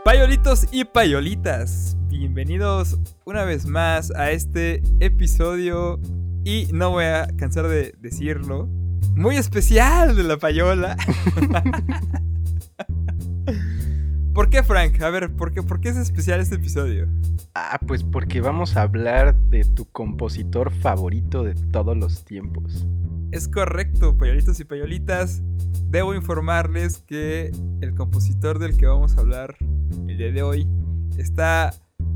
Payolitos y payolitas, bienvenidos una vez más a este episodio y no voy a cansar de decirlo, muy especial de la payola. ¿Por qué, Frank? A ver, ¿por qué es especial este episodio? Pues porque vamos a hablar de tu compositor favorito de todos los tiempos. Es correcto, payolitos y payolitas. Debo informarles que el compositor del que vamos a hablar el día de hoy está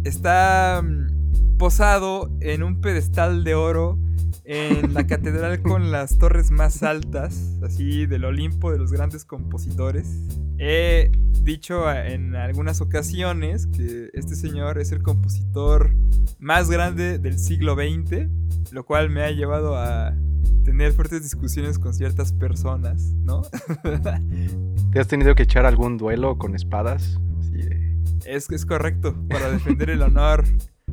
posado en un pedestal de oro en la catedral con las torres más altas, así del Olimpo de los grandes compositores. He dicho en algunas ocasiones que este señor es el compositor más grande del siglo XX, lo cual me ha llevado a tener fuertes discusiones con ciertas personas, ¿no? ¿Te has tenido que echar algún duelo con espadas? Así de... Es correcto, para defender el honor,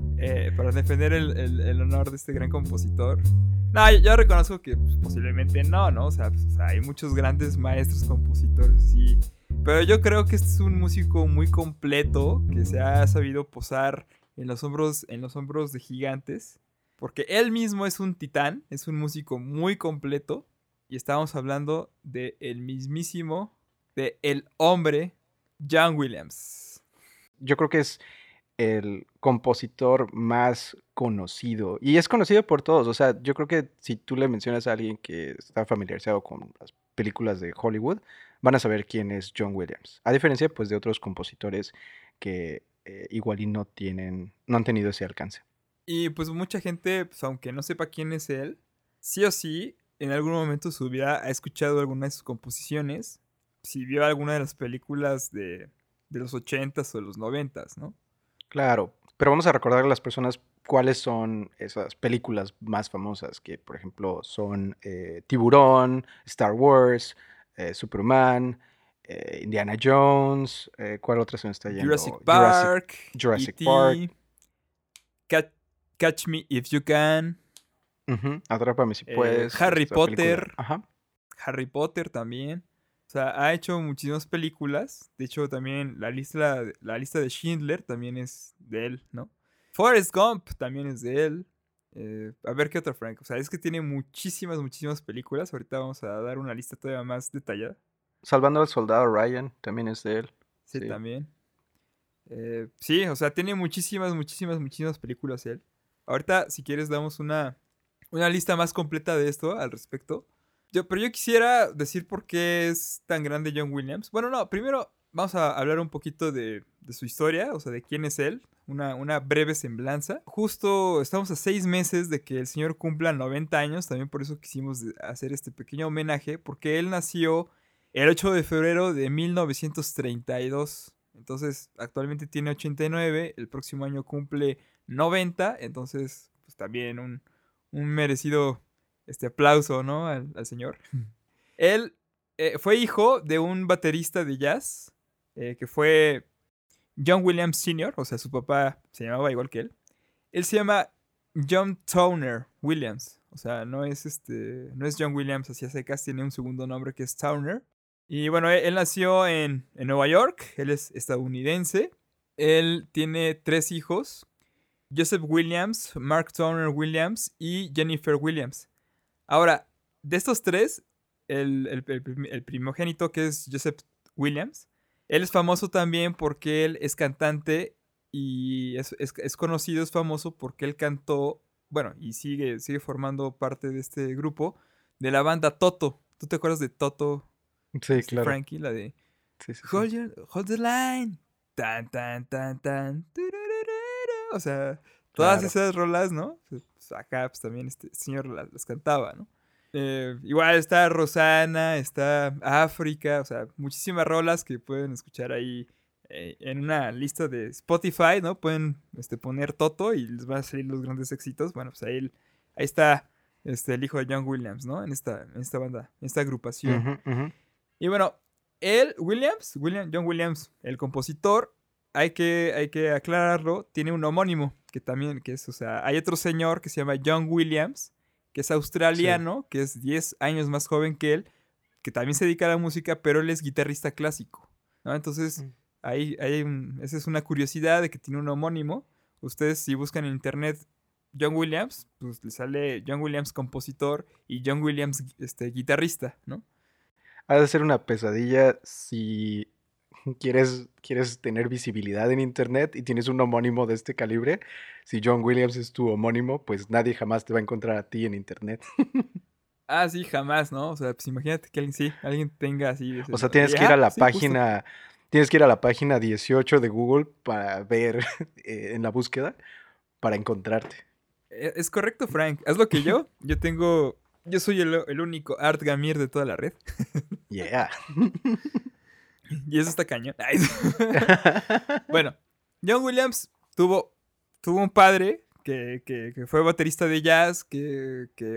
el honor de este gran compositor. No, yo reconozco que pues, posiblemente no, O sea, hay muchos grandes maestros compositores, sí. Pero yo creo que este es un músico muy completo que se ha sabido posar en los hombros de gigantes. Porque él mismo es un titán, es un músico muy completo. Y estábamos hablando de el mismísimo, de el hombre, John Williams. Yo creo que es el compositor más conocido. Y es conocido por todos. O sea, yo creo que si tú le mencionas a alguien que está familiarizado con las películas de Hollywood, van a saber quién es John Williams. A diferencia, pues, de otros compositores que igual y no han tenido ese alcance. Y pues mucha gente, pues, aunque no sepa quién es él, sí o sí, en algún momento de su vida ha escuchado alguna de sus composiciones, si vio alguna de las películas de los 80s o de los 90s, ¿no? Claro, pero vamos a recordar a las personas cuáles son esas películas más famosas, que por ejemplo son Tiburón, Star Wars, Superman, Indiana Jones, ¿cuál otra se me está yendo? Jurassic Park, Jurassic E.T., Park. Catch Me If You Can, Atrápame si puedes. Harry esta película. Potter, Ajá. Harry Potter también. O sea, ha hecho muchísimas películas. De hecho, también la lista de Schindler también es de él, ¿no? Forrest Gump también es de él. A ver qué otro, Frank. O sea, es que tiene muchísimas películas. Ahorita vamos a dar una lista todavía más detallada. Salvando al soldado Ryan también es de él. Sí, también. Sí, o sea, tiene muchísimas películas él. Ahorita, si quieres, damos una lista más completa de esto al respecto. Pero yo quisiera decir por qué es tan grande John Williams. Bueno, no, primero vamos a hablar un poquito de su historia, o sea, de quién es él. Una breve semblanza. Justo estamos a 6 meses de que el señor cumpla 90 años. También por eso quisimos hacer este pequeño homenaje. Porque él nació el 8 de febrero de 1932. Entonces, actualmente tiene 89. El próximo año cumple 90. Entonces, pues también un merecido aplauso, ¿no? Al señor. Él fue hijo de un baterista de jazz que fue John Williams Sr., o sea, su papá se llamaba igual que él. Él se llama John Towner Williams, o sea, no es John Williams así a secas, tiene un segundo nombre que es Towner. Y bueno, él nació en Nueva York, él es estadounidense. Él tiene 3 hijos, Joseph Williams, Mark Towner Williams y Jennifer Williams. Ahora, de estos 3, el primogénito, que es Joseph Williams, él es famoso también porque él es cantante y es conocido, es famoso porque él cantó, bueno, y sigue formando parte de este grupo, de la banda Toto. ¿Tú te acuerdas de Toto? Sí, claro. Frankie, la de Sí. Hold the line. Tan, tan, tan, tan. O sea, todas esas rolas, ¿no? Pues acá pues, también este señor las cantaba, ¿no? Igual está Rosana, está África, o sea, muchísimas rolas que pueden escuchar ahí en una lista de Spotify, ¿no? Pueden poner Toto y les van a salir los grandes éxitos. Bueno, pues ahí está el hijo de John Williams, ¿no? En esta banda, en esta agrupación. Y bueno, John Williams, el compositor, hay que aclararlo, tiene un homónimo, que es, o sea, hay otro señor que se llama John Williams, que es australiano, que es 10 años más joven que él, que también se dedica a la música, pero él es guitarrista clásico, ¿no? Entonces, Esa es una curiosidad de que tiene un homónimo. Ustedes si buscan en internet John Williams, pues le sale John Williams compositor y John Williams guitarrista, ¿no? Ha de ser una pesadilla si quieres tener visibilidad en internet y tienes un homónimo de este calibre. Si John Williams es tu homónimo, pues nadie jamás te va a encontrar a ti en internet. Ah, sí, jamás, ¿no? O sea, pues imagínate que alguien tenga así de ese O sea, nombre. Sí, justo. tienes que ir a la página 18 de Google para ver en la búsqueda para encontrarte. Es correcto, Frank. Haz lo que yo soy el único Art Gamir de toda la red. Yeah. Y eso está cañón. Ay. Bueno, John Williams tuvo un padre que fue baterista de jazz, que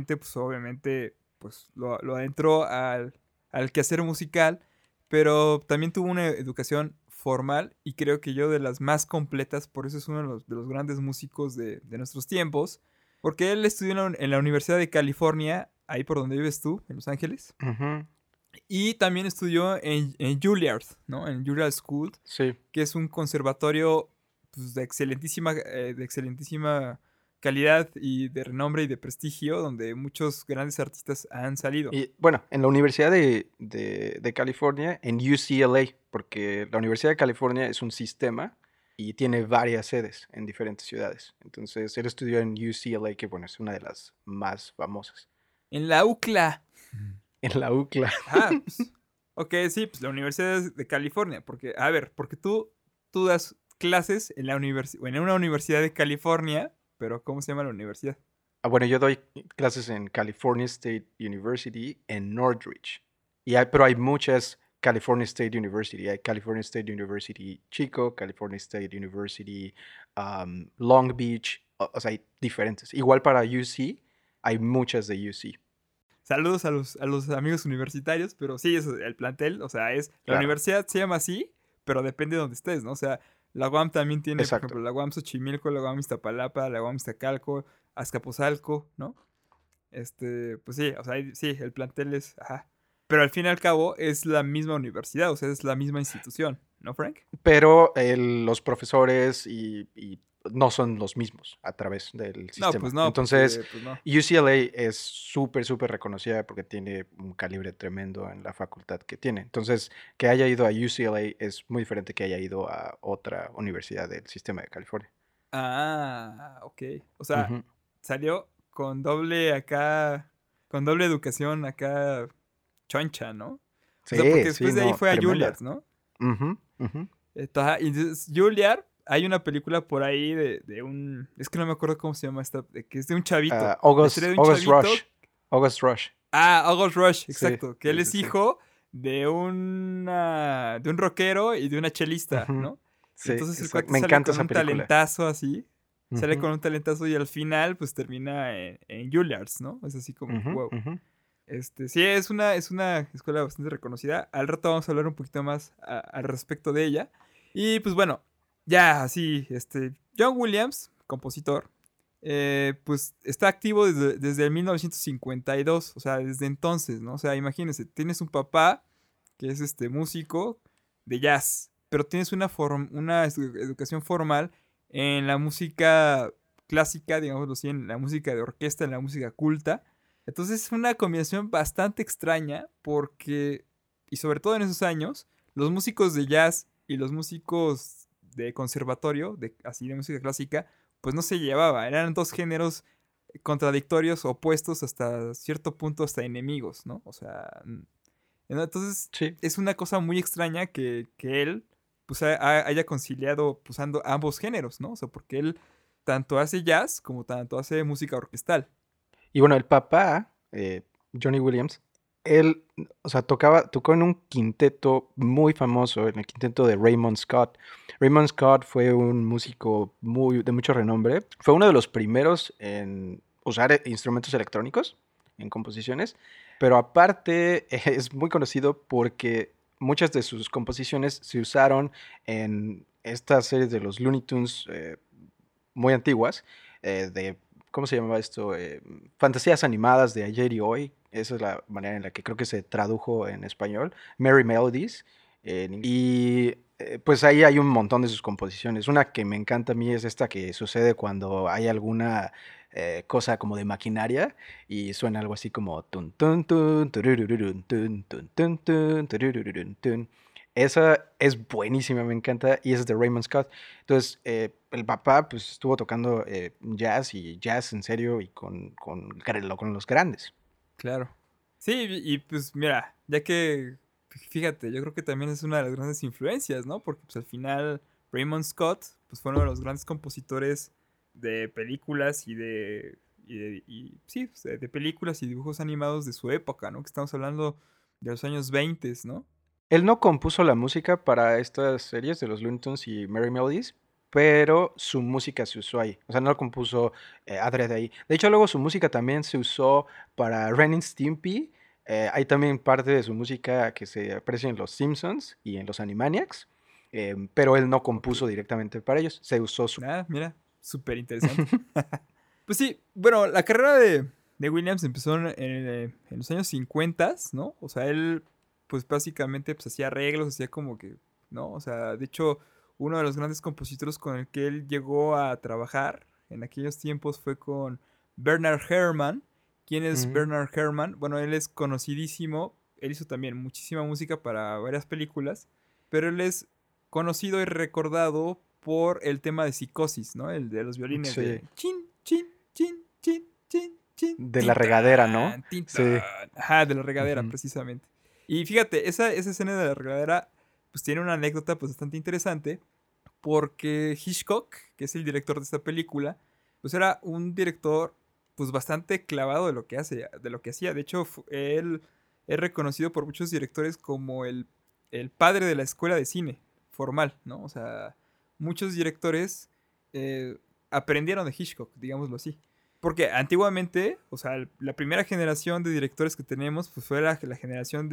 obviamente, lo adentró al quehacer musical, pero también tuvo una educación formal y creo que yo de las más completas, por eso es uno de los grandes músicos de nuestros tiempos, porque él estudió en la Universidad de California, ahí por donde vives tú, en Los Ángeles, Ujú. y también estudió en Juilliard, ¿no? En Juilliard School, Sí. que es un conservatorio pues, de excelentísima calidad y de renombre y de prestigio, donde muchos grandes artistas han salido. Y bueno, en la Universidad de California, en UCLA, porque la Universidad de California es un sistema y tiene varias sedes en diferentes ciudades. Entonces, él estudió en UCLA, que bueno, es una de las más famosas. En la UCLA. En la UCLA. Ah, pues, ok, sí, pues la Universidad de California, porque tú das clases en una universidad de California, pero ¿cómo se llama la universidad? Ah, bueno, yo doy clases en California State University en Northridge. Pero hay muchas California State University. Hay California State University Chico, California State University Long Beach. O sea, hay diferentes. Igual para UC, hay muchas de UC. Saludos a los amigos universitarios, pero sí, es el plantel, o sea, la Claro, universidad se llama así, pero depende de donde estés, ¿no? O sea, la UAM también tiene, por exacto. ejemplo, la UAM Xochimilco, la UAM Iztapalapa, la UAM Iztacalco, Azcapotzalco, ¿no? Pues sí, o sea, sí, el plantel es, ajá. Pero al fin y al cabo es la misma universidad, o sea, es la misma institución, ¿no, Frank? Pero los profesores y no son los mismos a través del No, pues sistema. no, Entonces, porque, pues no. UCLA es súper, súper reconocida porque tiene un calibre tremendo en la facultad que tiene. Entonces, que haya ido a UCLA es muy diferente que haya ido a otra universidad del sistema de California. Ah, ok. O sea, Ujú. salió con doble educación acá choncha, ¿no? O sea, porque Sí, sí, después de ahí no, fue a tremenda. Juilliard, ¿no? Ujú, ujú. Ajá, y entonces, Juilliard, hay una película por ahí de un... Es que no me acuerdo cómo se llama que es de un chavito. La historia de un August chavito. Rush. August Rush. Ah, August Rush, Sí, exacto. Que él sí, sí, es sí. hijo de un rockero y de una chelista, Ujú. ¿no? Y Sí, entonces el exacto. cuate Me sale encanta con esa un película. talentazo así. Sale Ujú, con un talentazo y al final pues termina en Juilliard's, ¿no? Es así como, ujú, wow. ujú. Sí, es una escuela bastante reconocida. Al rato vamos a hablar un poquito más al respecto de ella. Y pues bueno, ya así, John Williams, compositor, pues está activo desde 1952, o sea, desde entonces, ¿no? O sea, imagínense, tienes un papá que es músico de jazz, pero tienes una educación formal en la música clásica, digámoslo así, en la música de orquesta, en la música culta. Entonces es una combinación bastante extraña porque, y sobre todo en esos años, los músicos de jazz y los músicos de conservatorio, así de música clásica, pues no se llevaba. Eran dos géneros contradictorios, opuestos hasta cierto punto, hasta enemigos, ¿no? O sea, entonces Sí. es una cosa muy extraña que él pues haya conciliado pues ambos géneros, ¿no? O sea, porque él tanto hace jazz como tanto hace música orquestal. Y bueno, el papá, Johnny Williams, él, o sea, tocó en un quinteto muy famoso, en el quinteto de Raymond Scott. Raymond Scott fue un músico de mucho renombre. Fue uno de los primeros en usar instrumentos electrónicos en composiciones, pero aparte es muy conocido porque muchas de sus composiciones se usaron en estas series de los Looney Tunes muy antiguas, de, ¿cómo se llamaba esto? Fantasías animadas de ayer y hoy. Esa es la manera en la que creo que se tradujo en español. Merry Melodies. Y pues ahí hay un montón de sus composiciones. Una que me encanta a mí es esta que sucede cuando hay alguna cosa como de maquinaria y suena algo así como tun tun tun tururururun, tun tun tun tun tururururun, tun. Esa es buenísima, me encanta, y es de Raymond Scott. Entonces, el papá pues estuvo tocando jazz y jazz en serio y con los grandes. Claro. Sí, y pues mira, ya que, fíjate, yo creo que también es una de las grandes influencias, ¿no? Porque pues al final Raymond Scott, pues fue uno de los grandes compositores de películas sí, pues, de películas y dibujos animados de su época, ¿no? Que estamos hablando de los años 20, ¿no? Él no compuso la música para estas series de los Looney Tunes y Merry Melodies, pero su música se usó ahí. O sea, no lo compuso adrede ahí. De hecho, luego su música también se usó para Ren and Stimpy. Hay también parte de su música que se aprecia en Los Simpsons y en los Animaniacs, pero él no Ok. compuso directamente para ellos. Se usó su... Nada, mira, súper interesante. Pues sí, bueno, la carrera de Williams empezó en los años 50, ¿no? O sea, él, pues básicamente, pues hacía arreglos, hacía como que, ¿no? O sea, de hecho, uno de los grandes compositores con el que él llegó a trabajar en aquellos tiempos fue con Bernard Herrmann. ¿Quién es Ujú. Bernard Herrmann? Bueno, él es conocidísimo, él hizo también muchísima música para varias películas, pero él es conocido y recordado por el tema de Psicosis, ¿no? El de los violines Sí, de chin, chin, chin, chin, chin, chin, de la regadera, ¿no? tintan, Sí. tintan. Ajá, de la regadera, Ujú. precisamente. Y fíjate, esa escena de la regadera, pues tiene una anécdota pues bastante interesante, porque Hitchcock, que es el director de esta película, pues era un director pues bastante clavado de lo que hace, de lo que hacía. De hecho, él es reconocido por muchos directores como el padre de la escuela de cine formal, ¿no? O sea, muchos directores eh, aprendieron de Hitchcock, digámoslo así. Porque antiguamente, o sea, la primera generación de directores que tenemos pues fue la generación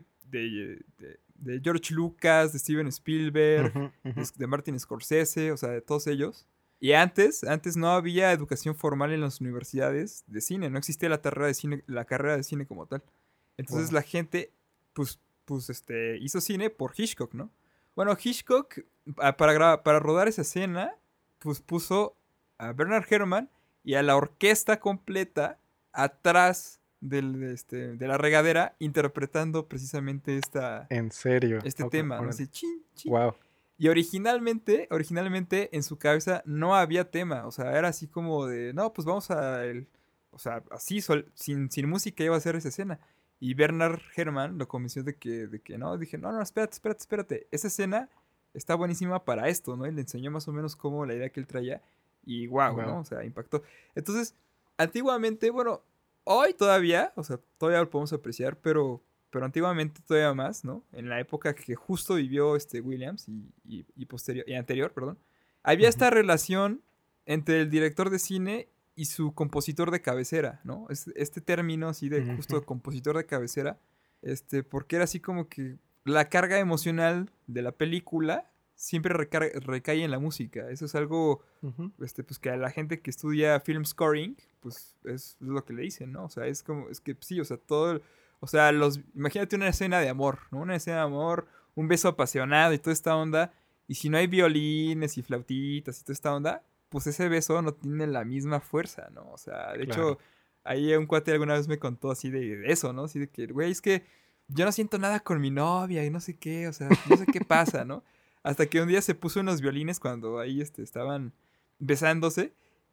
de George Lucas, de Steven Spielberg, Ujú, ujú. de Martin Scorsese, o sea, de todos ellos. Y antes no había educación formal en las universidades de cine, no existía la carrera de cine como tal. Entonces Wow. la gente, pues, hizo cine por Hitchcock, ¿no? Bueno, Hitchcock, para rodar esa escena, pues puso a Bernard Herrmann y a la orquesta completa atrás de la regadera interpretando precisamente En serio. este Ok, tema, ¿no? órale. Así, chin, chin. Wow. Y originalmente en su cabeza no había tema, o sea, era así como de, no, pues vamos o sea, así, sin música iba a ser esa escena. Y Bernard Herrmann lo convenció de que no, dije, no, no, espérate, esa escena está buenísima para esto, ¿no? Y le enseñó más o menos cómo la idea que él traía y wow, Wow. ¿no? O sea, impactó. Entonces, antiguamente, bueno, hoy todavía, o sea, todavía lo podemos apreciar, pero antiguamente todavía más, ¿no? En la época que justo vivió Williams y anterior, perdón, había Ujú. esta relación entre el director de cine y su compositor de cabecera, ¿no? Este término así de justo Ujú. de compositor de cabecera, porque era así como que la carga emocional de la película siempre recae en la música. Eso es algo, Ujú. pues que a la gente que estudia film scoring, pues es lo que le dicen, ¿no? O sea, es que sí, o sea, o sea, imagínate una escena de amor, ¿no? Una escena de amor, un beso apasionado y toda esta onda. Y si no hay violines y flautitas y toda esta onda, pues ese beso no tiene la misma fuerza, ¿no? O sea, de hecho, Claro. ahí un cuate alguna vez me contó así de eso, ¿no? Así de que, güey, es que yo no siento nada con mi novia y no sé qué, o sea, no sé qué pasa, ¿no? Hasta que un día se puso unos violines cuando ahí estaban besándose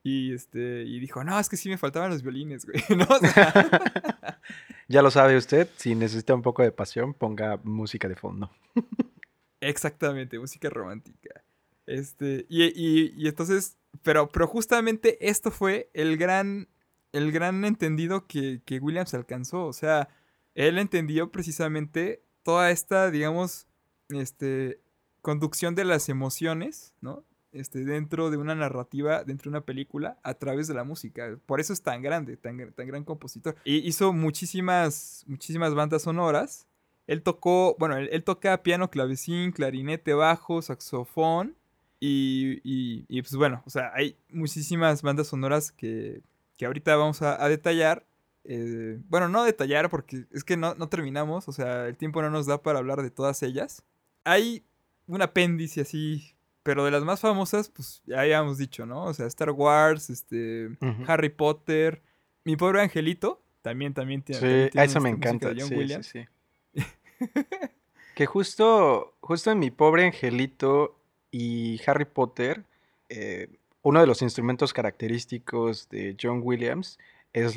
y dijo, no, es que sí me faltaban los violines, güey, ¿no? O sea, Ya lo sabe usted, si necesita un poco de pasión, ponga música de fondo. exactamente, música romántica. Y entonces, pero justamente esto fue el gran entendido que Williams alcanzó. O sea, él entendió precisamente toda esta, digamos, este, conducción de las emociones, ¿no? Dentro de una narrativa, dentro de una película, a través de la música. Por eso es tan grande, tan gran compositor. Y hizo muchísimas bandas sonoras. Él tocó, bueno, él toca piano, clavecín, clarinete, bajo, saxofón y pues bueno, o sea, hay muchísimas bandas sonoras que ahorita vamos a detallar. Bueno, no detallar porque es que no terminamos, o sea, el tiempo no nos da para hablar de todas ellas. Hay un apéndice así, pero de las más famosas, pues ya habíamos dicho, ¿no? O sea, Star Wars, Ujú. Harry Potter, Mi Pobre Angelito, también Sí, a tiene esa me música encanta. de John Sí, sí, Williams. sí. Que justo en Mi Pobre Angelito y Harry Potter, eh, uno de los instrumentos característicos de John Williams es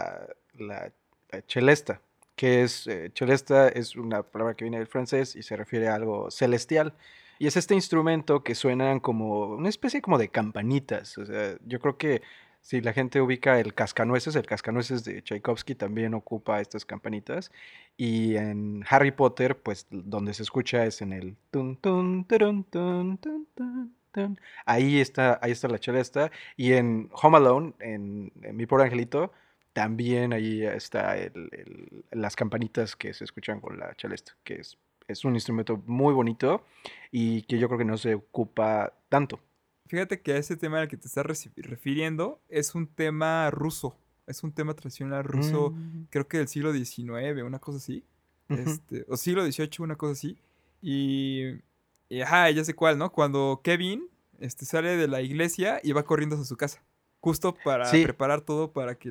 la celesta, que celesta es una palabra que viene del francés y se refiere a algo celestial. Y es este instrumento que suenan como una especie como de campanitas. O sea, yo creo que si la gente ubica el cascanueces de Tchaikovsky también ocupa estas campanitas. Y en Harry Potter, pues donde se escucha es en el tun tun turun, tun tun tun tun. Ahí está la celesta. Y en Home Alone, en Mi Pobre Angelito, también ahí está las campanitas que se escuchan con la celesta, que es un instrumento muy bonito y que yo creo que no se ocupa tanto. Fíjate que ese tema al que te estás refiriendo es un tema ruso, es un tema tradicional ruso, Mm, creo que del siglo XIX, una cosa así, ujú. o siglo XVIII, una cosa así, y, ajá, ya sé cuál, ¿no? Cuando Kevin, sale de la iglesia y va corriendo hacia su casa, justo para Sí. preparar todo para que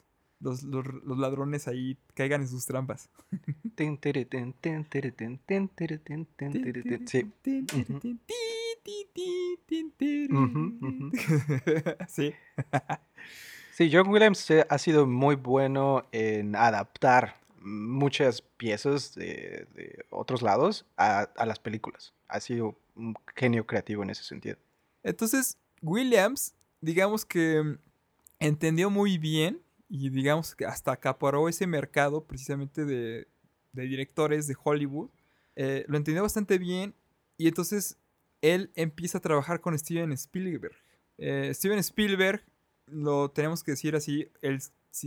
los ladrones ahí caigan en sus trampas. Tin, tiri, tin, tin, tiri, tin, tin, tiri, tin, tin, Tin, tiri, tin. tiri, Sí. tin, tin, tiri, Ujú, tin, ti, ti, tin, ujú, tiri. ujú. Sí. Sí, John Williams ha sido muy bueno en adaptar muchas piezas de otros lados a las películas. Ha sido un genio creativo en ese sentido. Entonces, Williams, digamos que entendió muy bien y digamos que hasta acaparó ese mercado precisamente de directores de Hollywood. Lo entendió bastante bien y entonces él empieza a trabajar con Steven Spielberg. Steven Spielberg, lo tenemos que decir así, el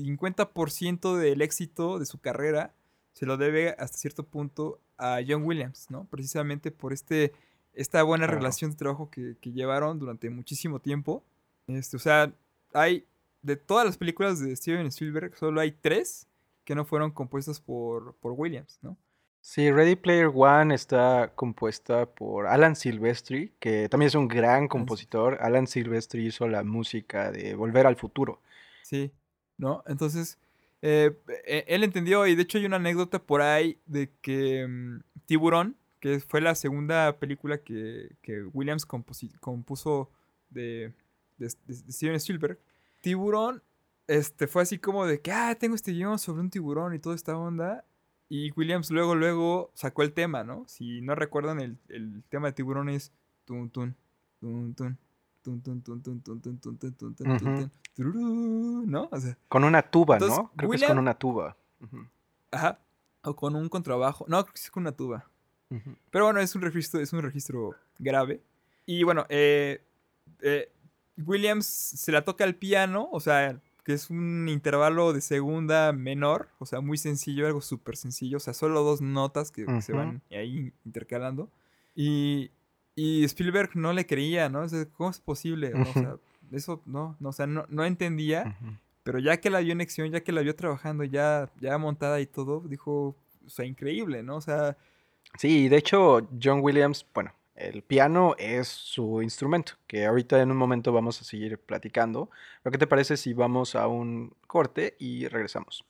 50% del éxito de su carrera se lo debe hasta cierto punto a John Williams, ¿no? Precisamente por esta buena Claro. relación de trabajo que llevaron durante muchísimo tiempo. O sea, hay de todas las películas de Steven Spielberg, solo hay tres que no fueron compuestas por Williams, ¿no? Sí, Ready Player One está compuesta por Alan Silvestri, que también es un gran Ah, sí, compositor. Alan Silvestri hizo la música de Volver al Futuro. sí, ¿no? Entonces, él entendió, y de hecho hay una anécdota por ahí de que Tiburón, que fue la segunda película que Williams compuso de Steven Spielberg, Tiburón, fue así como de que, tengo este guión sobre un tiburón y toda esta onda. Y Williams luego sacó el tema, ¿no? Si no recuerdan, el tema de tiburón es tun tun, tun tun, tun tun tun tun tun tun tun tun tun tun tun Ujú. tun, tururú, ¿no? O sea, Con una tuba, entonces ¿no? Creo que es con Williams, una tuba. Ujú, ajá, o con un contrabajo, no, creo que es con una tuba. ujú, Pero bueno, es un registro grave. Y bueno, eh, Williams se la toca al piano, o sea, que es un intervalo de segunda menor, o sea, muy sencillo, algo súper sencillo, o sea, solo dos notas que se ujú, van ahí intercalando. Y, y Spielberg no le creía, ¿no? O sea, ¿cómo es posible? ¿No? O ujú, sea, eso no, o sea, no entendía, ujú. pero ya que la vio en acción, ya que la vio trabajando, ya montada y todo, dijo, o sea, increíble, ¿no? O sea, Sí, de hecho, John Williams, bueno, el piano es su instrumento, que ahorita en un momento vamos a seguir platicando. ¿Pero qué te parece si vamos a un corte y regresamos?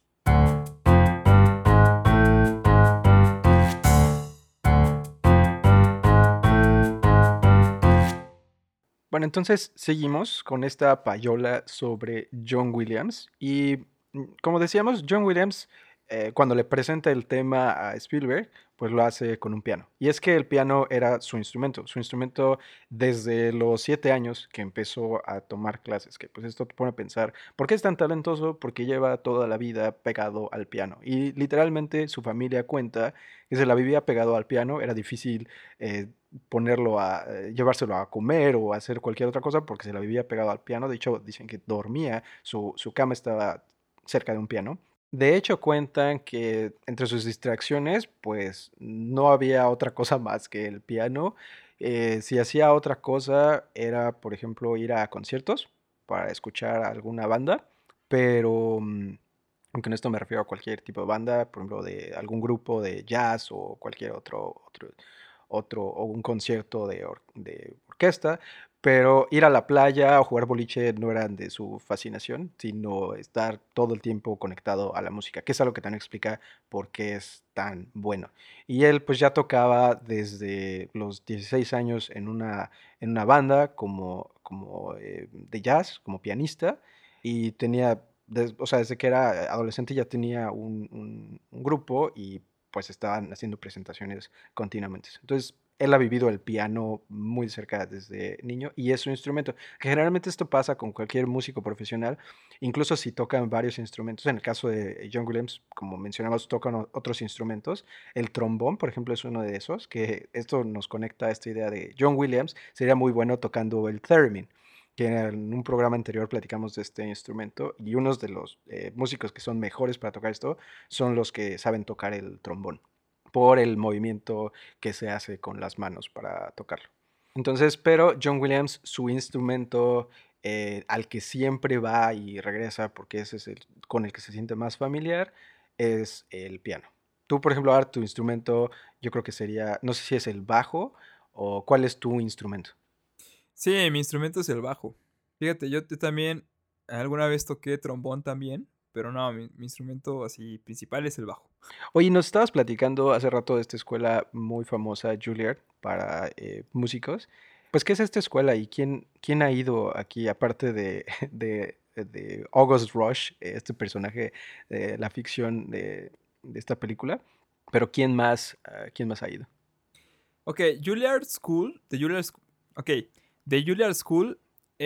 Bueno, entonces seguimos con esta payola sobre John Williams. Y como decíamos, John Williams, cuando le presenta el tema a Spielberg, pues lo hace con un piano. Y es que el piano era su instrumento desde los 7 años que empezó a tomar clases. Que pues esto te pone a pensar, ¿por qué es tan talentoso? Porque lleva toda la vida pegado al piano. Y literalmente su familia cuenta que se la vivía pegado al piano, era difícil eh, llevárselo a comer o a hacer cualquier otra cosa porque se la vivía pegado al piano. De hecho, dicen que dormía, su cama estaba cerca de un piano. De hecho, cuentan que entre sus distracciones, pues no había otra cosa más que el piano. Si hacía otra cosa, era, por ejemplo, ir a conciertos para escuchar a alguna banda, pero aunque en esto me refiero a cualquier tipo de banda, por ejemplo, de algún grupo de jazz o cualquier otro o un concierto de orquesta, pero ir a la playa o jugar boliche no eran de su fascinación, sino estar todo el tiempo conectado a la música, que es algo que también explica por qué es tan bueno. Y él pues ya tocaba desde los 16 años en una banda como de jazz, como pianista, y tenía, o sea, desde que era adolescente ya tenía un grupo y pues estaban haciendo presentaciones continuamente. Entonces, él ha vivido el piano muy cerca desde niño y es su instrumento. Que generalmente esto pasa con cualquier músico profesional, incluso si tocan varios instrumentos. En el caso de John Williams, como mencionamos, tocan otros instrumentos. El trombón, por ejemplo, es uno de esos, que esto nos conecta a esta idea de John Williams. Sería muy bueno tocando el theremin, que en un programa anterior platicamos de este instrumento y unos de los músicos que son mejores para tocar esto son los que saben tocar el trombón por el movimiento que se hace con las manos para tocarlo. Entonces, pero John Williams, su instrumento al que siempre va y regresa porque ese es el con el que se siente más familiar, es el piano. Tú, por ejemplo, ahora tu instrumento, yo creo que sería, no sé si es el bajo o cuál es tu instrumento. Sí, mi instrumento es el bajo. Fíjate, yo también alguna vez toqué trombón también, pero no, mi instrumento así principal es el bajo. Oye, nos estabas platicando hace rato de esta escuela muy famosa, Juilliard, para músicos. Pues, ¿qué es esta escuela y quién ha ido aquí, aparte de, de August Rush, este personaje de la ficción de esta película? Pero quién más ha ido? Ok, Juilliard School, ok, The Juilliard School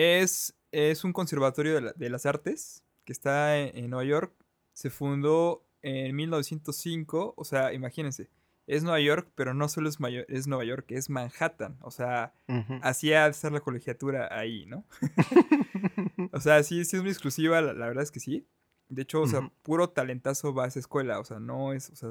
es un conservatorio de las artes que está en Nueva York. Se fundó en 1905, o sea, imagínense, es Nueva York, pero no solo es Nueva York, es Manhattan, o sea, Ujú. así ha de estar la colegiatura ahí, ¿no? O sea, sí es muy exclusiva, la verdad es que sí. De hecho, o sea, Ujú, puro talentazo va a esa escuela, o sea, no es, o sea,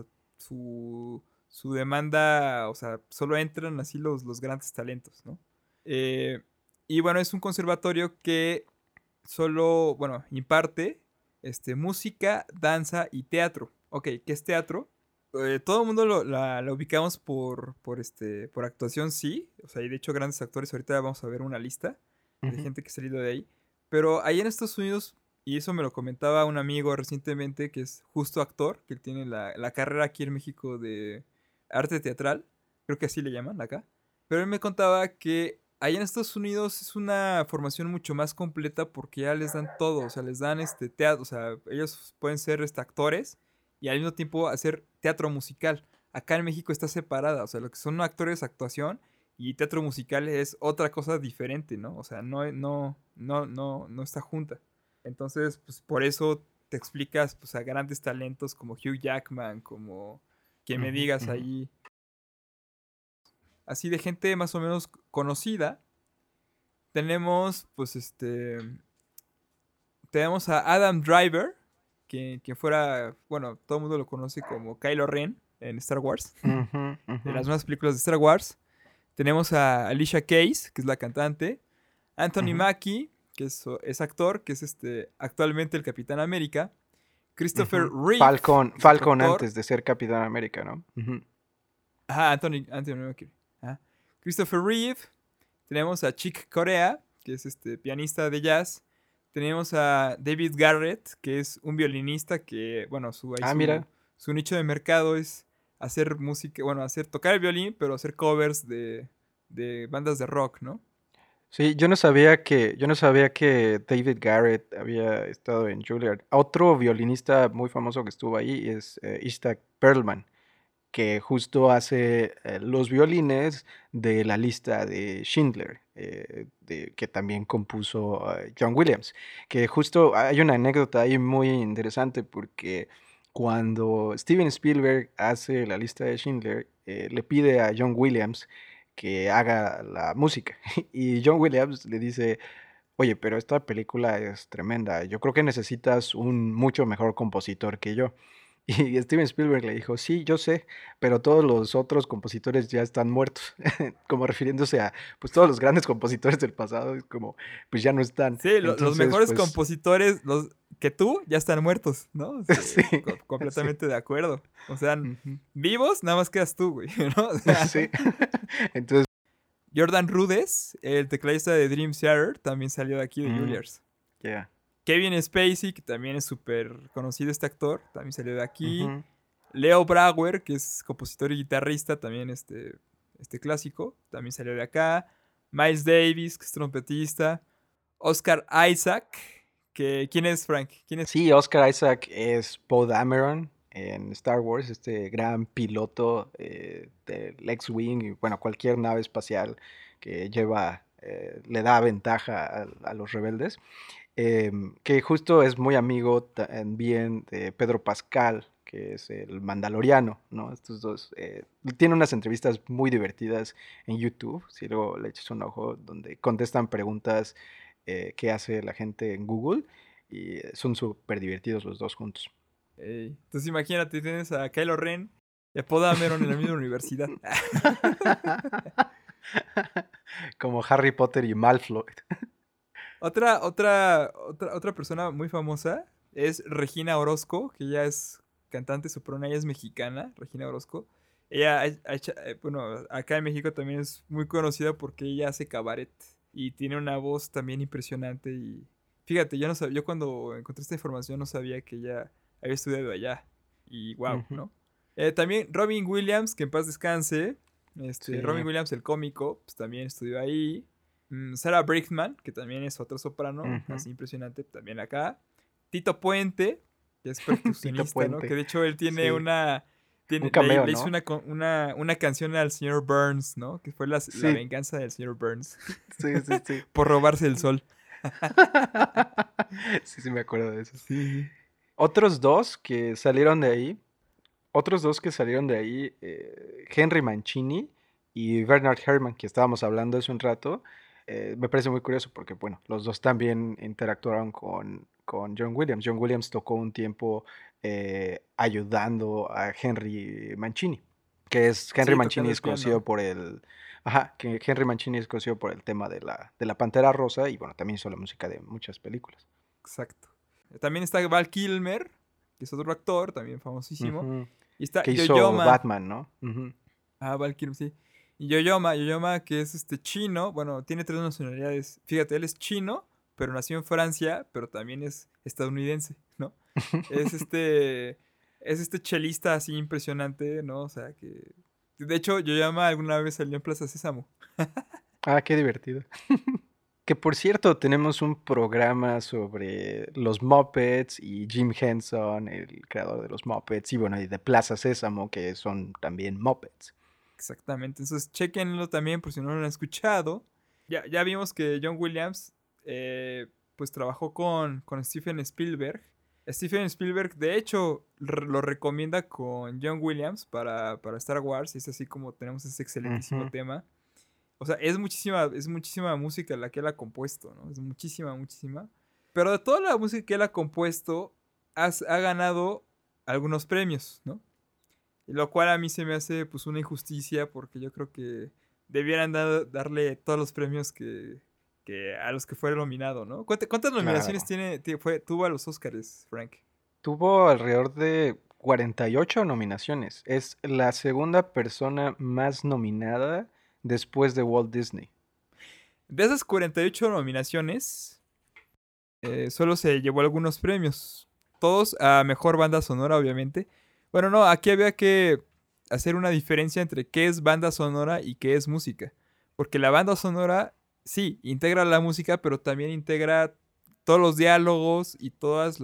su demanda, o sea, solo entran así los grandes talentos, ¿no? Eh, y bueno, es un conservatorio que solo, bueno, imparte música, danza y teatro. Ok, ¿qué es teatro? Todo el mundo la ubicamos por actuación, sí. O sea, y de hecho grandes actores, ahorita vamos a ver una lista de ujú. gente que ha salido de ahí. Pero ahí en Estados Unidos, y eso me lo comentaba un amigo recientemente, que es justo actor, que él tiene la carrera aquí en México de arte teatral, creo que así le llaman acá. Pero él me contaba que allá en Estados Unidos es una formación mucho más completa porque ya les dan todo, o sea, les dan teatro, o sea, ellos pueden ser actores y al mismo tiempo hacer teatro musical. Acá en México está separada, o sea, lo que son actores actuación y teatro musical es otra cosa diferente, ¿no? O sea, no está junta. Entonces, pues por eso te explicas pues a grandes talentos como Hugh Jackman, como que me Ujú, digas ujú. ahí, así de gente más o menos conocida. Tenemos, pues, tenemos a Adam Driver, que fuera, bueno, todo el mundo lo conoce como Kylo Ren en Star Wars, Ujú, de ujú, las nuevas películas de Star Wars. Tenemos a Alicia Keys, que es la cantante. Anthony ujú, Mackie, que es actor, que es actualmente el Capitán América. Christopher ujú. Reeve, que es otro Falcon actor. antes de ser Capitán América, ¿no? Ujú, Ajá, Anthony Mackie. Ajá. Christopher Reeve. Tenemos a Chick Corea, que es pianista de jazz. Tenemos a David Garrett, que es un violinista que, bueno, ahí Ah, mira. su nicho de mercado es hacer música, bueno, tocar el violín, pero hacer covers de bandas de rock, ¿no? Sí, yo no sabía que David Garrett había estado en Juilliard. Otro violinista muy famoso que estuvo ahí es Isaac Perlman, que justo hace los violines de la lista de Schindler, que también compuso John Williams. Que justo hay una anécdota ahí muy interesante porque cuando Steven Spielberg hace la lista de Schindler, le pide a John Williams que haga la música. Y John Williams le dice, oye, pero esta película es tremenda, yo creo que necesitas un mucho mejor compositor que yo. Y Steven Spielberg le dijo, sí, yo sé, pero todos los otros compositores ya están muertos, como refiriéndose a, pues todos los grandes compositores del pasado, es como, pues ya no están. Sí, los Entonces, mejores pues, compositores, los que tú, ya están muertos, ¿no? sí, sí. Completamente de acuerdo. O sea, Ujú. vivos, nada más quedas tú, güey, ¿no? O sea, Sí. Entonces, Jordan Rudess, el tecladista de Dream Theater, también salió de aquí de mm, Juilliard. yeah. Kevin Spacey, que también es súper conocido este actor, también salió de aquí. Ujú. Leo Brauer, que es compositor y guitarrista, también este clásico, también salió de acá. Miles Davis, que es trompetista. Oscar Isaac, que ¿quién es Frank? ¿Quién es? Sí, Oscar Isaac es Poe Dameron en Star Wars, este gran piloto del X-Wing y bueno, cualquier nave espacial que lleva, le da ventaja a los rebeldes. Que justo es muy amigo también de Pedro Pascal, que es el Mandaloriano, ¿no? Estos dos. Tiene unas entrevistas muy divertidas en YouTube, si luego le echas un ojo, donde contestan preguntas que hace la gente en Google y son súper divertidos los dos juntos. Entonces imagínate, tienes a Kylo Ren y a Poe Dameron en la misma universidad. Como Harry Potter y Malfoy. Otra persona muy famosa es Regina Orozco, que ella es cantante soprano, ella es mexicana, Regina Orozco. Ella, bueno, acá en México también es muy conocida porque ella hace cabaret y tiene una voz también impresionante. Y fíjate, yo no sabía, yo cuando encontré esta información no sabía que ella había estudiado allá. Y wow, Ujú. ¿no? También Robin Williams, que en paz descanse. Sí. Robin Williams, el cómico, pues también estudió ahí. Sarah Brightman, que también es otro soprano, Ujú. así impresionante, también acá. Tito Puente, que es Tito percusionista, ¿no? Que Puente. de hecho él tiene Sí. una... Un Le, cameo, le hizo ¿no? una canción al señor Burns, ¿no? Que fue la Sí, venganza del señor Burns sí, sí, sí. por robarse el sol. Sí, sí, me acuerdo de eso. Sí. Otros dos que salieron de ahí, otros dos que salieron de ahí, Henry Mancini y Bernard Herrmann, que estábamos hablando hace un rato, me parece muy curioso porque, bueno, los dos también interactuaron con John Williams. John Williams tocó un tiempo ayudando a Henry Mancini, que es, Henry Sí, Mancini tocando el es conocido piano. por el, ajá, que Henry Mancini es conocido por el tema de la Pantera Rosa y, bueno, también hizo la música de muchas películas. Exacto. También está Val Kilmer, que es otro actor, también famosísimo. Ujú. Y está Que hizo Yoyoma. Batman, ¿no? Ujú. Ah, Val Kilmer, sí. Y Yoyoma, que es chino, bueno, tiene tres nacionalidades. Fíjate, él es chino, pero nació en Francia, pero también es estadounidense, ¿no? Es es este chelista así impresionante, ¿no? O sea, que... De hecho, Yoyama alguna vez salió en Plaza Sésamo. Ah, qué divertido. Que por cierto, tenemos un programa sobre los Muppets y Jim Henson, el creador de los Muppets, y bueno, y de Plaza Sésamo, que son también Muppets. Exactamente. Entonces, chequenlo también por si no lo han escuchado. Ya vimos que John Williams, pues trabajó con Steven Spielberg. Steven Spielberg, de hecho, lo recomienda con John Williams para Star Wars. Es así como tenemos ese excelentísimo Ujú. tema. O sea, es muchísima música la que él ha compuesto, ¿no? Es muchísima, muchísima. Pero de toda la música que él ha compuesto, ha ganado algunos premios, ¿no? Lo cual a mí se me hace pues una injusticia porque yo creo que debieran darle todos los premios que a los que fue nominado, ¿no? ¿Cuántas nominaciones Claro. tuvo a los Oscars, Frank? Tuvo alrededor de 48 nominaciones. Es la segunda persona más nominada después de Walt Disney. De esas 48 nominaciones, solo se llevó algunos premios. Todos a mejor banda sonora, obviamente. Bueno, no, aquí había que hacer una diferencia entre qué es banda sonora y qué es música. Porque la banda sonora, sí, integra la música, pero también integra todos los diálogos y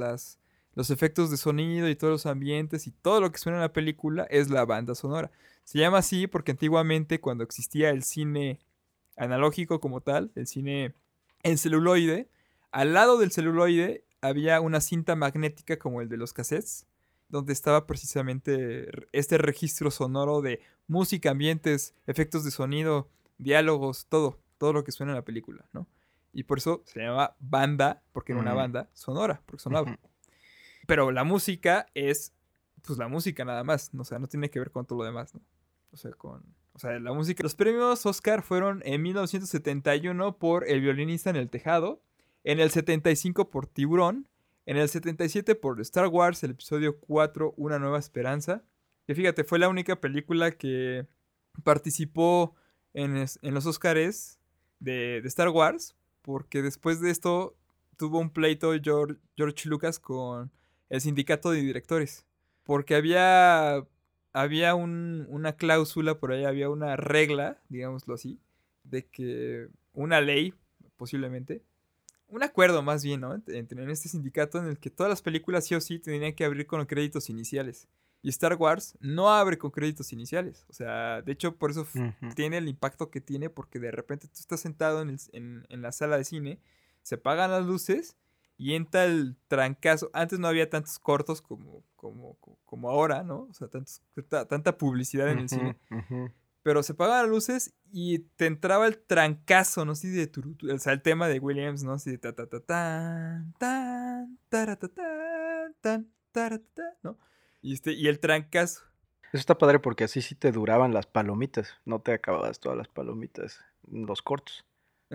los efectos de sonido y todos los ambientes y todo lo que suena en la película es la banda sonora. Se llama así porque antiguamente cuando existía el cine analógico como tal, el cine en celuloide, al lado del celuloide había una cinta magnética como el de los cassettes, donde estaba precisamente este registro sonoro de música, ambientes, efectos de sonido, diálogos, todo lo que suena en la película, ¿no? Y por eso se llamaba banda, porque era una Mm, banda sonora, porque sonaba. ujú. Pero la música es pues la música nada más, ¿no? O sea, no tiene que ver con todo lo demás, ¿no? O sea, la música. Los premios Oscar fueron en 1971 por El violinista en el tejado, en el 75 por Tiburón, en el 77 por Star Wars, el episodio 4, Una nueva esperanza. Que fíjate, fue la única película que participó en los Oscars de Star Wars, porque después de esto tuvo un pleito George Lucas con el sindicato de directores, porque había una cláusula por ahí, había una regla, digámoslo así, de que una ley, posiblemente, un acuerdo más bien, ¿no? En este sindicato en el que todas las películas sí o sí tenían que abrir con créditos iniciales. Y Star Wars no abre con créditos iniciales. O sea, de hecho, por eso Ujú. tiene el impacto que tiene, porque de repente tú estás sentado en la sala de cine, se apagan las luces y entra el trancazo. Antes no había tantos cortos como ahora, ¿no? O sea, tanta publicidad en el Ujú, cine. ujú. Pero se apagaban las luces y te entraba el trancazo, ¿no? Así de o sea, el tema de Williams, ¿no? Así de ta ta ta tan, tan, taratatán, tan, taratata, ¿no? Y el trancazo. Eso está padre porque así sí te duraban las palomitas. No te acababas todas las palomitas, los cortos.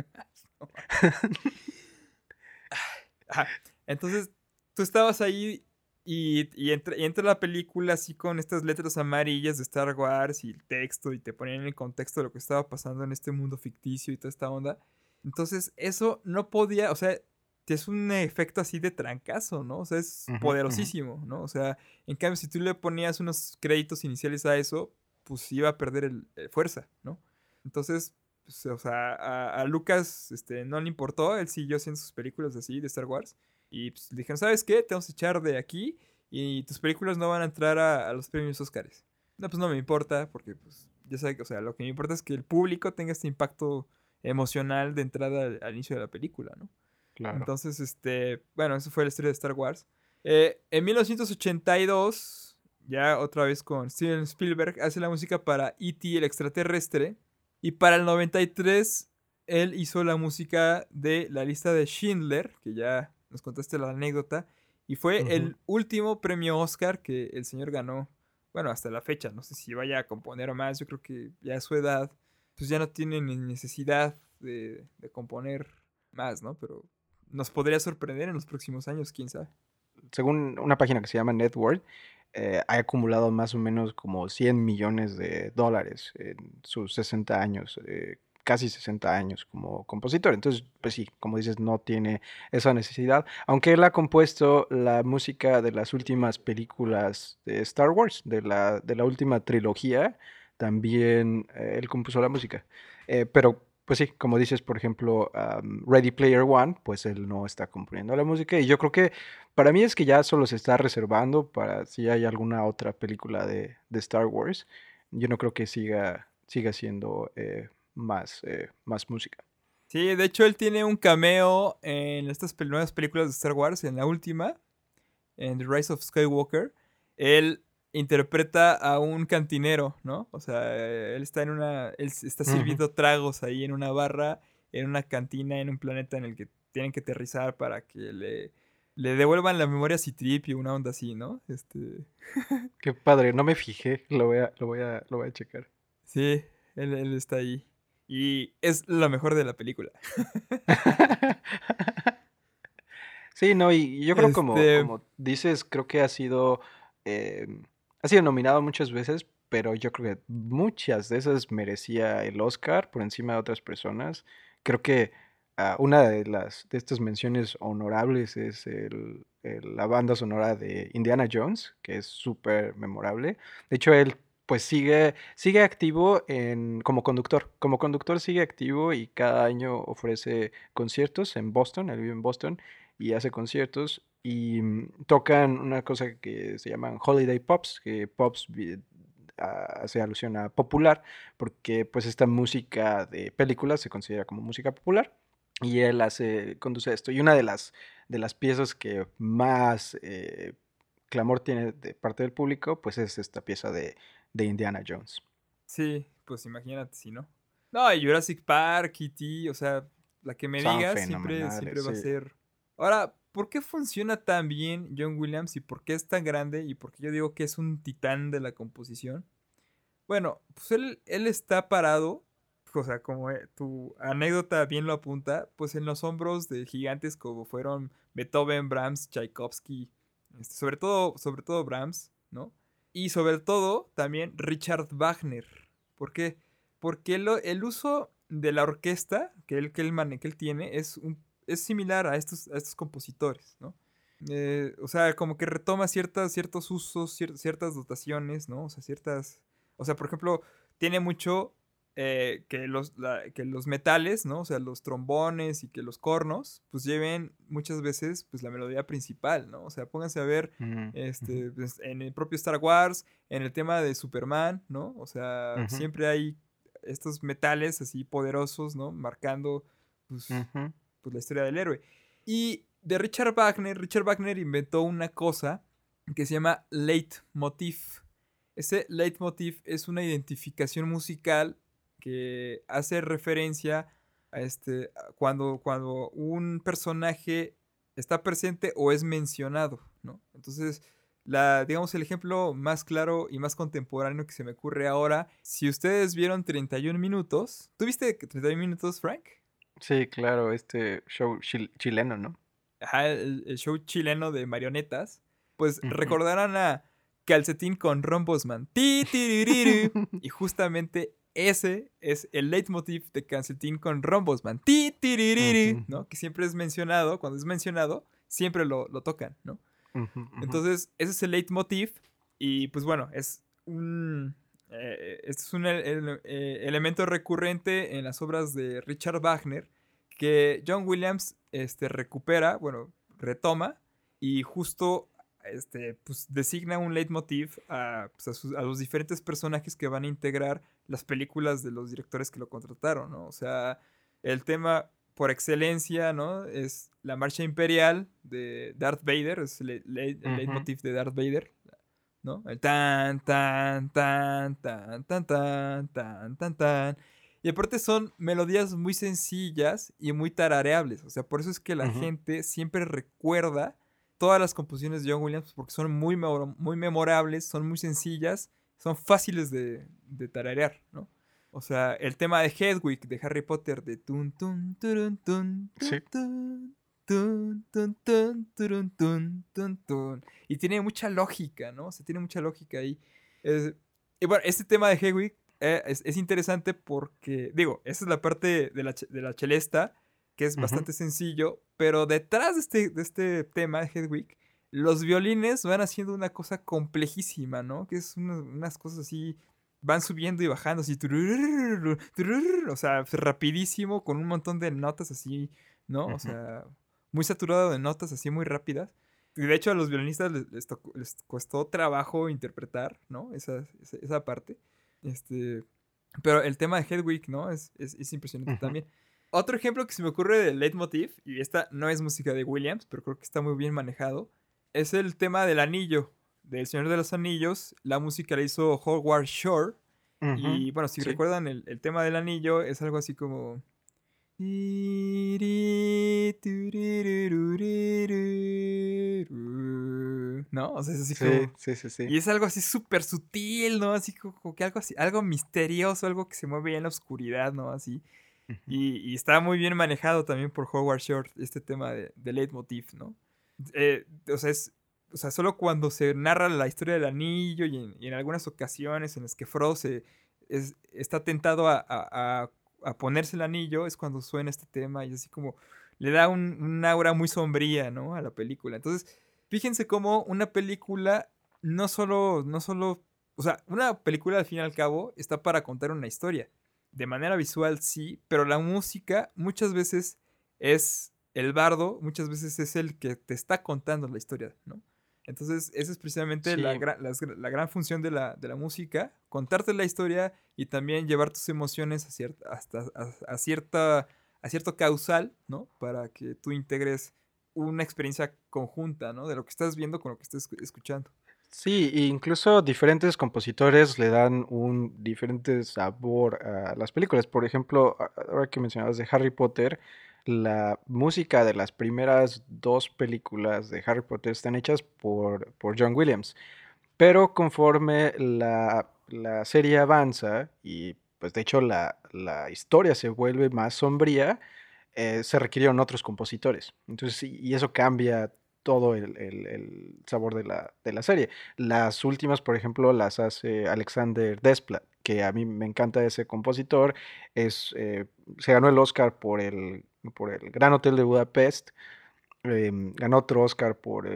Ajá. Entonces, tú estabas ahí y entra la película así con estas letras amarillas de Star Wars y el texto y te ponían en el contexto de lo que estaba pasando en este mundo ficticio y toda esta onda. Entonces, eso no podía, o sea, es un efecto así de trancazo, ¿no? O sea, es Ujú, ujú. poderosísimo, ¿no? O sea, en cambio, si tú le ponías unos créditos iniciales a eso, pues iba a perder fuerza, ¿no? Entonces, pues, o sea, a Lucas no le importó, él siguió haciendo sus películas así de Star Wars. Y pues le dijeron, ¿sabes qué? Te vamos a echar de aquí y tus películas no van a entrar a los premios Oscars. No, pues no me importa, porque pues ya sabes, o sea, lo que me importa es que el público tenga este impacto emocional de entrada al inicio de la película, ¿no? Claro. Entonces, bueno, eso fue la historia de Star Wars. En 1982, ya otra vez con Steven Spielberg, hace la música para E.T. el extraterrestre. Y para el 93, él hizo la música de la lista de Schindler, que ya nos contaste la anécdota. Y fue Ujú. el último premio Oscar que el señor ganó. Bueno, hasta la fecha. No sé si vaya a componer más. Yo creo que ya a su edad, pues ya no tiene ni necesidad de componer más, ¿no? Pero nos podría sorprender en los próximos años, quién sabe. Según una página que se llama Network, ha acumulado más o menos como 100 millones de dólares en sus 60 años, casi 60 años como compositor. Entonces, pues sí, como dices, no tiene esa necesidad. Aunque él ha compuesto la música de las últimas películas de Star Wars, de la última trilogía, también él compuso la música. Pero pues sí, como dices, por ejemplo, Ready Player One, pues él no está componiendo la música y yo creo que para mí es que ya solo se está reservando para si hay alguna otra película de Star Wars. Yo no creo que siga siendo más música. Sí, de hecho él tiene un cameo en estas nuevas películas de Star Wars, en la última, en The Rise of Skywalker. Él interpreta a un cantinero, ¿no? O sea, él está Ujú. sirviendo tragos ahí en una barra, en una cantina, en un planeta en el que tienen que aterrizar para que le devuelvan la memoria a C-3PO y una onda así, ¿no? Qué padre, no me fijé, lo voy a checar. Sí, él está ahí. Y es lo mejor de la película. Sí, no, y yo creo como, Este, como dices, creo que ha sido nominado muchas veces, pero yo creo que muchas de esas merecía el Oscar por encima de otras personas. Creo que una de estas menciones honorables es la banda sonora de Indiana Jones, que es súper memorable. De hecho, él pues sigue activo como conductor. Como conductor sigue activo y cada año ofrece conciertos en Boston, él vive en Boston y hace conciertos y tocan una cosa que se llaman Holiday Pops, que hace alusión a popular, porque pues esta música de películas se considera como música popular y él conduce esto. Y una de las piezas que más clamor tiene de parte del público, pues es esta pieza de Indiana Jones. sí, pues imagínate si no. No, y Jurassic Park, E.T., o sea, la que me Son digas siempre, fenomenales, siempre va a sí. ser. Ahora, ¿por qué funciona tan bien John Williams y por qué es tan grande y por qué yo digo que es un titán de la composición? Bueno, pues él está parado, o sea, como tu anécdota bien lo apunta, pues en los hombros de gigantes como fueron Beethoven, Brahms, Tchaikovsky, sobre todo Brahms, ¿no? Y sobre todo también Richard Wagner. ¿Por qué? Porque el uso de la orquesta que él tiene es similar a estos compositores, ¿no? O sea, como que retoma ciertos usos, ciertas dotaciones, ¿no? O sea, o sea, por ejemplo, tiene mucho que los metales, ¿no? O sea, los trombones y que los cornos, pues lleven muchas veces, pues, la melodía principal, ¿no? O sea, pónganse a ver, Ujú, ujú, pues, en el propio Star Wars, en el tema de Superman, ¿no? O sea, ujú, siempre hay estos metales así poderosos, ¿no? Marcando, pues, ujú, pues la historia del héroe. Y de Richard Wagner inventó una cosa que se llama leitmotiv. Ese leitmotiv es una identificación musical que hace referencia cuando un personaje está presente o es mencionado, ¿no? Entonces, digamos, el ejemplo más claro y más contemporáneo que se me ocurre ahora, si ustedes vieron 31 minutos, ¿tuviste 31 minutos, Frank? Sí, claro, este show chileno, ¿no? Ajá, el show chileno de marionetas, pues Ujú. recordarán a Calcetín con Rombosman. Ti, tiririru. Y justamente ese es el leitmotiv de Calcetín con Rombosman. Ti, tiririru, Ujú, ¿no? Que siempre es mencionado, cuando es mencionado, siempre lo tocan, ¿no? ujú, ujú, Entonces, ese es el leitmotiv. Y pues bueno, este es un elemento recurrente en las obras de Richard Wagner que John Williams recupera, bueno, retoma y justo pues, designa un leitmotiv pues, a los diferentes personajes que van a integrar las películas de los directores que lo contrataron, ¿no? O sea, el tema por excelencia, ¿no? Es la marcha imperial de Darth Vader, es el ujú, leitmotiv de Darth Vader, ¿no? El tan, tan, tan, tan, tan, tan, tan, tan, tan. Y aparte son melodías muy sencillas y muy tarareables. O sea, por eso es que la ujú, gente siempre recuerda todas las composiciones de John Williams porque son muy memorables, son muy sencillas, son fáciles de tararear, ¿no? O sea, el tema de Hedwig de Harry Potter de tun tun turun tun sí. tun tun tun tun tun turun tun tun tun. Y tiene mucha lógica, ¿no? O sea, tiene mucha lógica ahí. Es- y bueno, este tema de Hedwig es interesante porque, digo, esa es la parte de la celesta, que es Ujú, bastante sencillo, pero detrás de este tema de Hedwig, los violines van haciendo una cosa complejísima, ¿no? Que es unas cosas así, van subiendo y bajando, así, tururururu, turururu, o sea, rapidísimo, con un montón de notas así, ¿no? O ujú, sea, muy saturado de notas así muy rápidas. Y de hecho a los violinistas les costó trabajo interpretar, ¿no? Esa parte. Este, pero el tema de Hedwig, ¿no? Es impresionante ujú. también. Otro ejemplo que se me ocurre del leitmotiv, y esta no es música de Williams, pero creo que está muy bien manejado, es el tema del anillo, del Señor de los Anillos. La música la hizo Howard Shore. Ujú, Y bueno, si sí. recuerdan el tema del anillo, es algo así como... ¿No? O sea, es así Sí, como... sí, sí, sí. Y es algo así súper sutil, ¿no? Así como que algo así, algo misterioso, algo que se mueve en la oscuridad, ¿no? Así. Ujú, Y está muy bien manejado también por Howard Shore, este tema de leitmotiv, ¿no? O sea, o sea, solo cuando se narra la historia del anillo y en algunas ocasiones en las que Frodo está tentado a ponerse el anillo, es cuando suena este tema y así como le da un aura muy sombría, ¿no? A la película. Entonces, fíjense cómo una película no solo, o sea, una película al fin y al cabo está para contar una historia de manera visual sí, pero la música muchas veces es el bardo, muchas veces es el que te está contando la historia, ¿no? Entonces, esa es precisamente sí, la gran función de la música, contarte la historia y también llevar tus emociones a cierto causal, ¿no? Para que tú integres una experiencia conjunta, ¿no? De lo que estás viendo con lo que estás escuchando. Sí, e incluso diferentes compositores le dan un diferente sabor a las películas. Por ejemplo, ahora que mencionabas de Harry Potter, la música de las primeras dos películas de Harry Potter están hechas por John Williams. Pero conforme la serie avanza y pues de hecho la historia se vuelve más sombría, se requirieron otros compositores. Entonces, y eso cambia todo el sabor de la serie. Las últimas, por ejemplo, las hace Alexander Desplat, que a mí me encanta ese compositor. Es, se ganó el Oscar por el Gran Hotel de Budapest. Ganó otro Oscar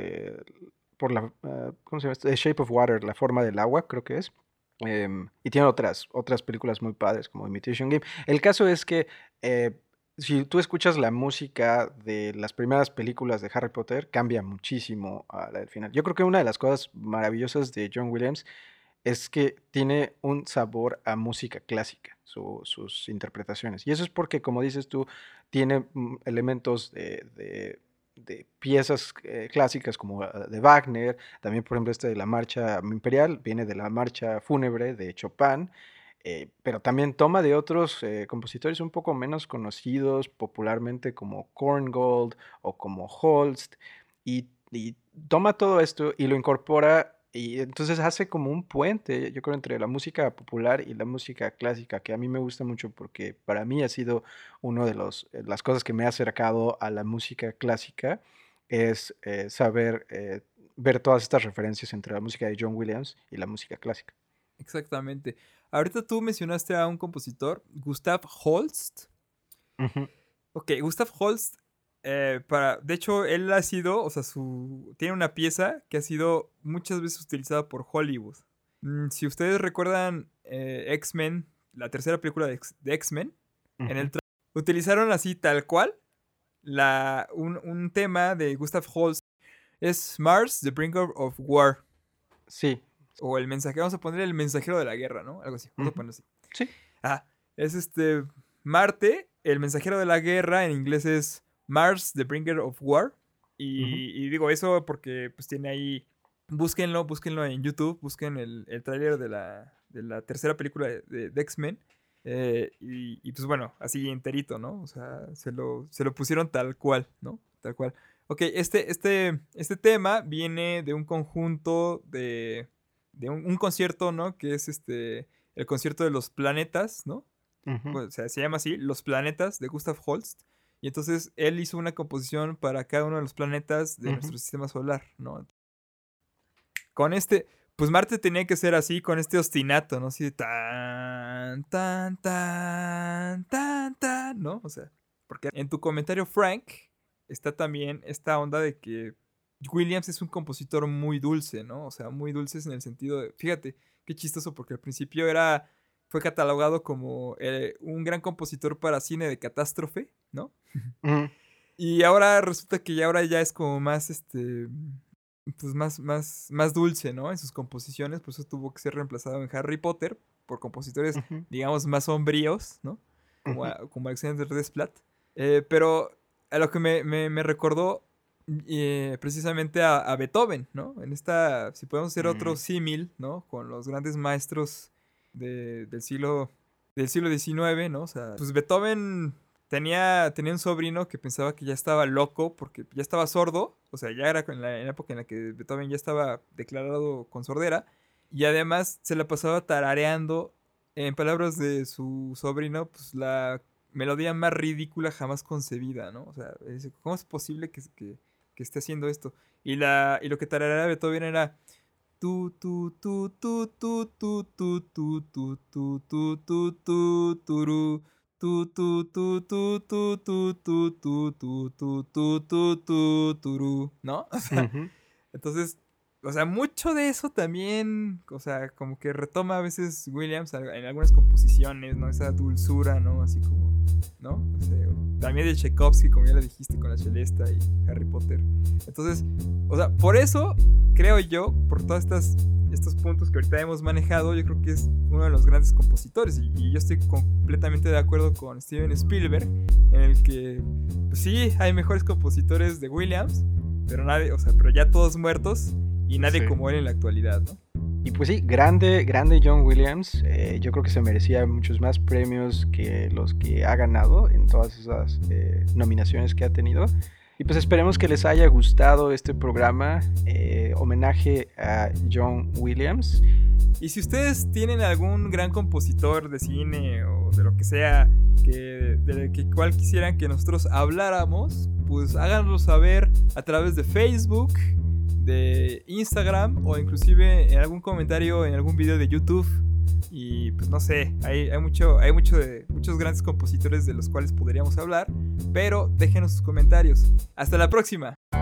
por la, ¿cómo se llama? The Shape of Water, La forma del agua, creo que es. Y tiene otras películas muy padres como Imitation Game. El caso es que eh, si tú escuchas la música de las primeras películas de Harry Potter, cambia muchísimo a la del final. Yo creo que una de las cosas maravillosas de John Williams es que tiene un sabor a música clásica, sus interpretaciones. Y eso es porque, como dices tú, tiene elementos de piezas clásicas como de Wagner, también por ejemplo este de la marcha imperial, viene de la marcha fúnebre de Chopin, pero también toma de otros compositores un poco menos conocidos popularmente como Korngold o como Holst, y toma todo esto y lo incorpora y entonces hace como un puente, yo creo, entre la música popular y la música clásica, que a mí me gusta mucho porque para mí ha sido uno de las cosas que me ha acercado a la música clásica, es saber ver todas estas referencias entre la música de John Williams y la música clásica. Exactamente. Ahorita tú mencionaste a un compositor, Gustav Holst. Ujú, Ok, Gustav Holst, de hecho, él ha sido, o sea, tiene una pieza que ha sido muchas veces utilizada por Hollywood. Si ustedes recuerdan X-Men, la tercera película de X-Men, en ujú. el utilizaron así tal cual un tema de Gustav Holst. Es Mars, The Bringer of War. Sí. O el mensajero, vamos a poner el mensajero de la guerra, ¿no? Algo así, vamos a Ujú. ponerlo así. Sí. Ah, es Marte, el mensajero de la guerra, en inglés es Mars, the Bringer of War. Ujú, Y digo eso porque pues tiene ahí, búsquenlo en YouTube, busquen el tráiler de la tercera película de X-Men. Y pues bueno, así enterito, ¿no? O sea, se lo pusieron tal cual, ¿no? Tal cual. Ok, este tema viene de un conjunto de un concierto, ¿no? Que es el concierto de los planetas, ¿no? ujú, Pues, o sea, se llama así, Los Planetas de Gustav Holst. Y entonces él hizo una composición para cada uno de los planetas de ujú, nuestro sistema solar, ¿no? Con pues Marte tenía que ser así, con este ostinato, ¿no? Así de tan, tan, tan, tan, tan, ¿no? O sea, porque en tu comentario, Frank, está también esta onda de que Williams es un compositor muy dulce, ¿no? O sea, muy dulces en el sentido de, fíjate, qué chistoso, porque al principio fue catalogado como un gran compositor para cine de catástrofe, ¿no? ujú, Y ahora resulta que ahora ya es como más, pues más dulce, ¿no? En sus composiciones, por eso tuvo que ser reemplazado en Harry Potter por compositores, ujú, digamos, más sombríos, ¿no? ujú, Como Alexander Desplat. Pero a lo que me recordó precisamente a Beethoven, ¿no? Si podemos hacer otro mm, símil, ¿no? Con los grandes maestros del siglo XIX, ¿no? O sea, pues Beethoven tenía un sobrino que pensaba que ya estaba loco porque ya estaba sordo, o sea, ya era en la época en la que Beethoven ya estaba declarado con sordera, y además se la pasaba tarareando, en palabras de su sobrino, pues la melodía más ridícula jamás concebida, ¿no? O sea, ¿cómo es posible que esté haciendo esto? Y lo que tarareaba Beethoven era tu tu tu tu tu tu tu tu tu tu tu tu tu turu tu tu tu tu tu tu tu tu tu tu tu tu tu turu, ¿no? O sea, ujú. entonces, o sea, mucho de eso también, o sea, como que retoma a veces Williams en algunas composiciones, ¿no? Esa dulzura, ¿no? Así como, ¿no? O sea, también de Tchaikovsky, como ya le dijiste, con la Celesta y Harry Potter. Entonces, o sea, por eso creo yo, por todos estos puntos que ahorita hemos manejado, yo creo que es uno de los grandes compositores. Y yo estoy completamente de acuerdo con Steven Spielberg, en el que, pues sí, hay mejores compositores de Williams, pero nadie, o sea, pero ya todos muertos. y nadie Sí. como él en la actualidad, ¿no? Y pues sí, grande John Williams. Yo creo que se merecía muchos más premios que los que ha ganado en todas esas nominaciones que ha tenido. Y pues esperemos que les haya gustado este programa, homenaje a John Williams. Y si ustedes tienen algún gran compositor de cine o de lo que sea de que cual quisieran que nosotros habláramos, pues háganoslo saber a través de Facebook, de Instagram o inclusive en algún comentario en algún video de YouTube. Y pues no sé, hay muchos grandes compositores de los cuales podríamos hablar, pero déjenos sus comentarios. Hasta la próxima.